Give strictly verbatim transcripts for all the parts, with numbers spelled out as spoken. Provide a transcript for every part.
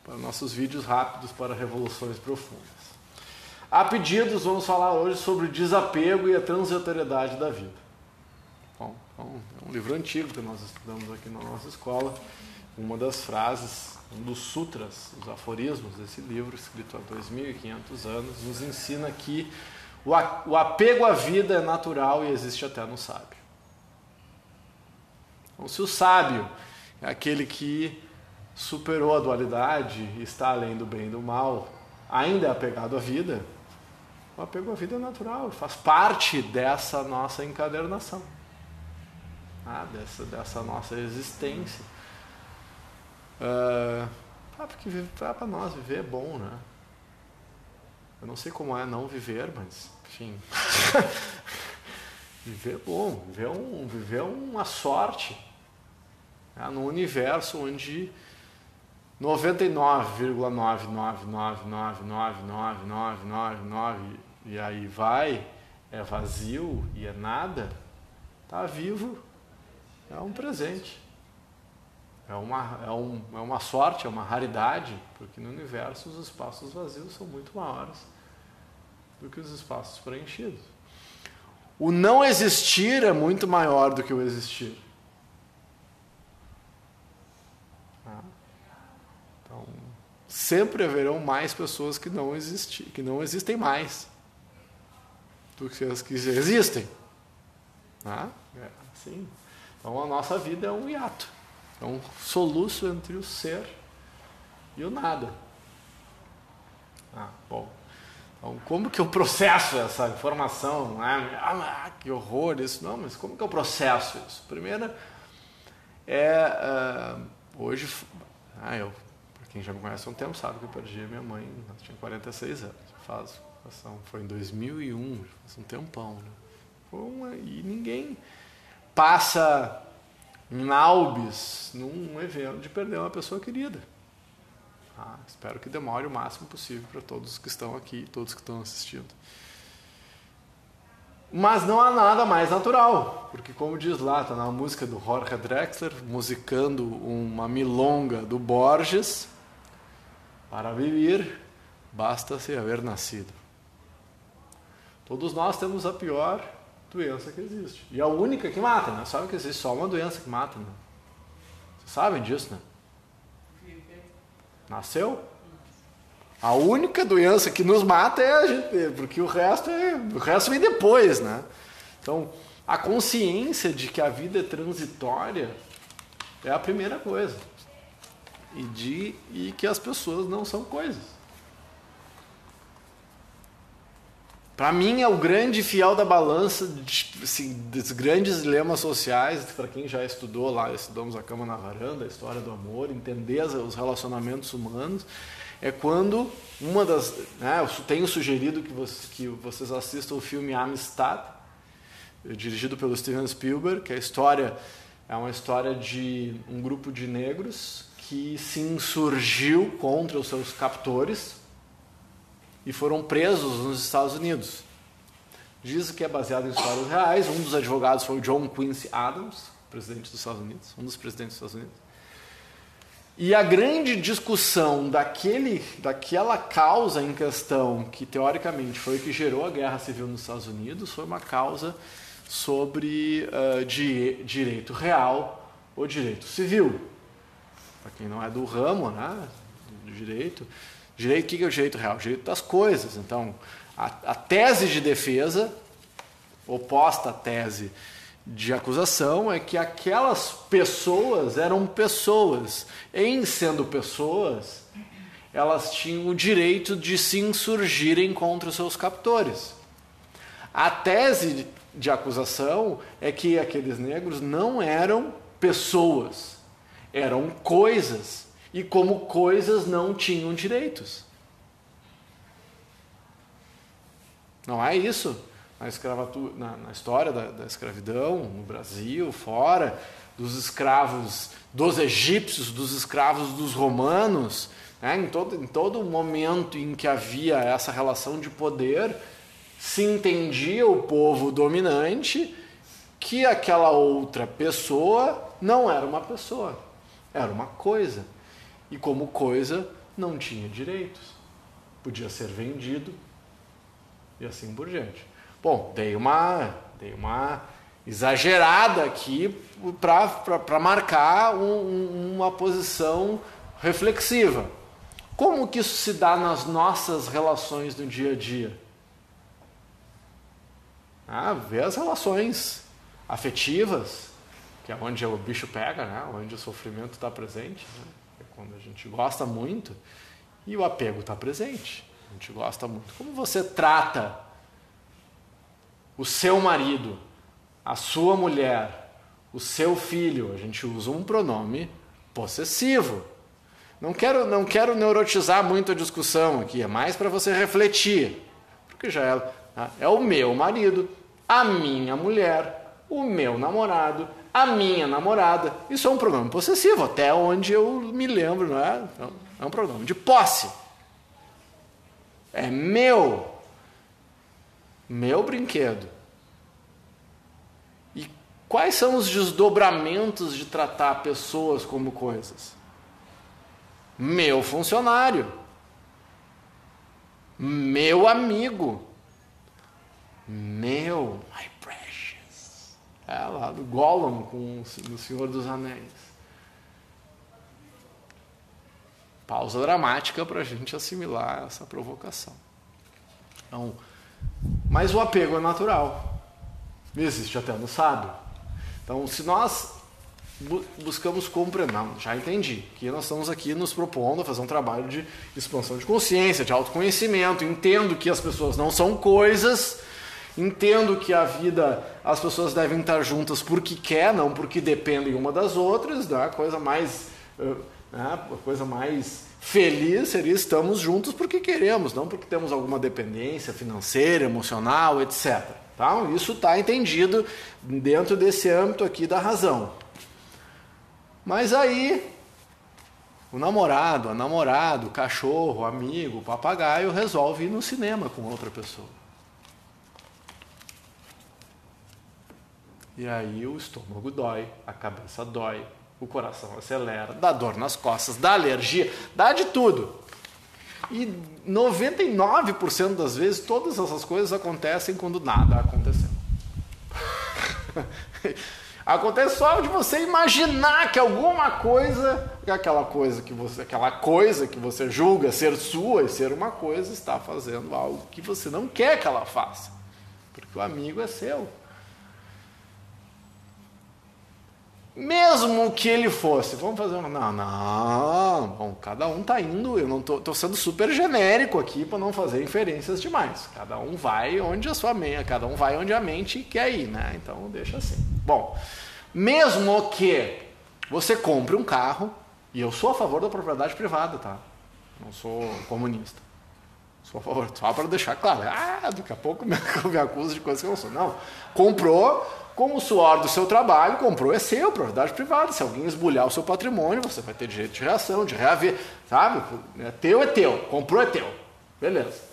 para nossos vídeos rápidos para revoluções profundas. A pedidos, vamos falar hoje sobre o desapego e a transitoriedade da vida. Bom, então, é um livro antigo que nós estudamos aqui na nossa escola. Uma das frases, um dos sutras, os aforismos desse livro, escrito há dois mil e quinhentos anos, nos ensina que o apego à vida é natural e existe até no sábio. Então, se o sábio é aquele que superou a dualidade e está além do bem e do mal, ainda é apegado à vida, o apego à vida é natural, faz parte dessa nossa encadernação, ah, dessa, dessa nossa existência. Uh, ah, porque para nós viver é bom, né? Eu não sei como é não viver, mas, enfim, viver é bom, viver é, um, viver é uma sorte, né? Num universo onde noventa e nove vírgula nove nove nove nove nove nove nove nove nove e aí vai, é vazio e é nada, tá vivo, é um presente. É uma, é, um, é uma sorte, é uma raridade, porque no universo os espaços vazios são muito maiores do que os espaços preenchidos. O não existir é muito maior do que o existir. Então, sempre haverão mais pessoas que não, existi, que não existem mais do que as que já existem. Ah, é assim. Então a nossa vida é um hiato. É um soluço entre o ser e o nada. Ah, bom. Então, como que eu processo essa informação? Ah, que horror isso. Não, mas como que eu processo isso? Primeiro, é, uh, hoje, ah, eu, para quem já me conhece há um tempo, sabe que eu perdi a minha mãe, ela tinha quarenta e seis anos. Faz, foi em dois mil e um, faz um tempão. Né? Foi uma, e ninguém passa naubes num evento de perder uma pessoa querida. Ah, espero que demore o máximo possível para todos que estão aqui, todos que estão assistindo. Mas não há nada mais natural, porque como diz lá, está na música do Jorge Drexler, musicando uma milonga do Borges, para viver basta-se haver nascido. Todos nós temos a pior doença que existe. E a única que mata, né? Sabe que existe só uma doença que mata, né? Vocês sabem disso, né? Nasceu? A única doença que nos mata é a gente, porque o resto, é, o resto vem depois, né? Então, a consciência de que a vida é transitória é a primeira coisa. E, de, e que as pessoas não são coisas. Para mim é o grande fiel da balança de, assim, dos grandes dilemas sociais, para quem já estudou lá, estudamos a Cama na Varanda, a história do amor, entender os relacionamentos humanos, é quando uma das... Né, eu tenho sugerido que vocês, que vocês assistam o filme Amistad, dirigido pelo Steven Spielberg, que a história é uma história de um grupo de negros que se insurgiu contra os seus captores, e foram presos nos Estados Unidos. Diz que é baseado em histórias reais. Um dos advogados foi o John Quincy Adams, presidente dos Estados Unidos, um dos presidentes dos Estados Unidos. E a grande discussão daquele, daquela causa em questão, que teoricamente foi o que gerou a guerra civil nos Estados Unidos, foi uma causa sobre uh, di- direito real ou direito civil. Para quem não é do ramo, né, do direito... Direito, o que é o direito real? O direito das coisas. Então, a, a tese de defesa, oposta à tese de acusação, é que aquelas pessoas eram pessoas. Em sendo pessoas, elas tinham o direito de se insurgirem contra os seus captores. A tese de, de acusação é que aqueles negros não eram pessoas, eram coisas. E como coisas não tinham direitos. Não é isso? Na, escravatura, na, na história da, da escravidão, no Brasil, fora, dos escravos dos egípcios, dos escravos dos romanos, né? em, todo, em todo momento em que havia essa relação de poder, se entendia o povo dominante que aquela outra pessoa não era uma pessoa, era uma coisa. E como coisa, não tinha direitos, podia ser vendido e assim por diante. Bom, dei uma, dei uma exagerada aqui para marcar um, uma posição reflexiva. Como que isso se dá nas nossas relações do dia a dia? Ah, ver as relações afetivas, que é onde o bicho pega, né? Onde o sofrimento está presente, né? É quando a gente gosta muito e o apego está presente. A gente gosta muito. Como você trata o seu marido, a sua mulher, o seu filho? A gente usa um pronome possessivo. Não quero, não quero neurotizar muito a discussão aqui, é mais para você refletir. Porque já é, é o meu marido, a minha mulher, o meu namorado, a minha namorada. Isso é um pronome possessivo, até onde eu me lembro, não é? É um pronome de posse. É meu. Meu brinquedo. E quais são os desdobramentos de tratar pessoas como coisas? Meu funcionário. Meu amigo. Meu, my precious. É lá do Gollum com o Senhor dos Anéis. Pausa dramática para a gente assimilar essa provocação. Então, mas o apego é natural. Existe até no sábio. Então, se nós bu- buscamos compreender, não, já entendi, que nós estamos aqui nos propondo a fazer um trabalho de expansão de consciência, de autoconhecimento, entendo que as pessoas não são coisas, entendo que a vida, as pessoas devem estar juntas porque quer, não porque dependem uma das outras, né? A coisa mais, né? A coisa mais feliz seria estamos juntos porque queremos, não porque temos alguma dependência financeira, emocional, etcétera. Tá? Isso está entendido dentro desse âmbito aqui da razão. Mas aí, o namorado, a namorada, o cachorro, o amigo, o papagaio resolve ir no cinema com outra pessoa. E aí o estômago dói, a cabeça dói, o coração acelera, dá dor nas costas, dá alergia, dá de tudo. E noventa e nove por cento das vezes todas essas coisas acontecem quando nada aconteceu. Acontece só de você imaginar que alguma coisa, aquela coisa que você, aquela coisa que você julga ser sua e ser uma coisa, está fazendo algo que você não quer que ela faça. Porque o amigo é seu. Mesmo que ele fosse, vamos fazer uma... Não, não, bom, cada um está indo, eu não estou sendo super genérico aqui para não fazer inferências demais. Cada um vai onde a sua mente, cada um vai onde a mente quer ir, né? Então deixa assim. Bom, mesmo que você compre um carro, e eu sou a favor da propriedade privada, tá? Não sou comunista. Sou a favor, só para deixar claro. Ah, daqui a pouco me, me acusa de coisas que eu não sou. Não, comprou... Com o suor do seu trabalho, comprou, é seu, propriedade privada. Se alguém esbulhar o seu patrimônio, você vai ter direito de reação, de reaver, sabe? É teu, é teu. Comprou, é teu. Beleza.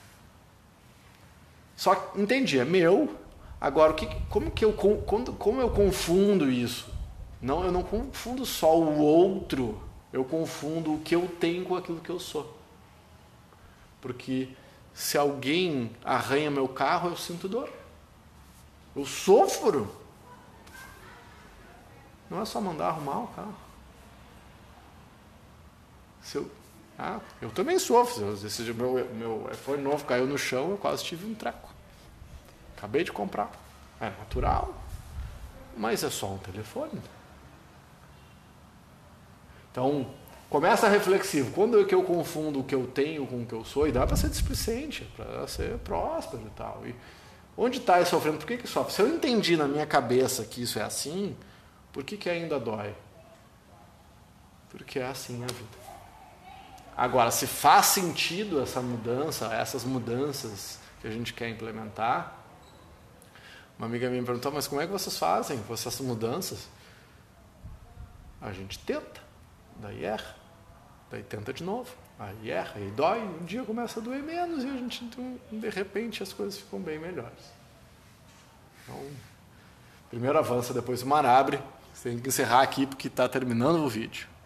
Só que, entendi, é meu. Agora, o que, como, que eu, como, como eu confundo isso? Não, eu não confundo só o outro. Eu confundo o que eu tenho com aquilo que eu sou. Porque se alguém arranha meu carro, eu sinto dor. Eu sofro. Não é só mandar arrumar o carro. Se eu, ah, eu também sofro. Esse meu, meu iPhone novo caiu no chão, eu quase tive um treco. Acabei de comprar. É natural. Mas é só um telefone. Então, começa reflexivo. Quando é que eu confundo o que eu tenho com o que eu sou? E dá para ser displicente, para ser próspero e tal. E onde está esse sofrendo? Por que que sofre? Se eu entendi na minha cabeça que isso é assim, por que que ainda dói? Porque é assim a vida. Agora, se faz sentido essa mudança, essas mudanças que a gente quer implementar, uma amiga minha me perguntou, mas como é que vocês fazem com essas mudanças? A gente tenta, daí erra, daí tenta de novo, aí erra, aí dói, um dia começa a doer menos e a gente, então, de repente, as coisas ficam bem melhores. Então, primeiro avança, depois o mar abre. Você tem que encerrar aqui porque está terminando o vídeo.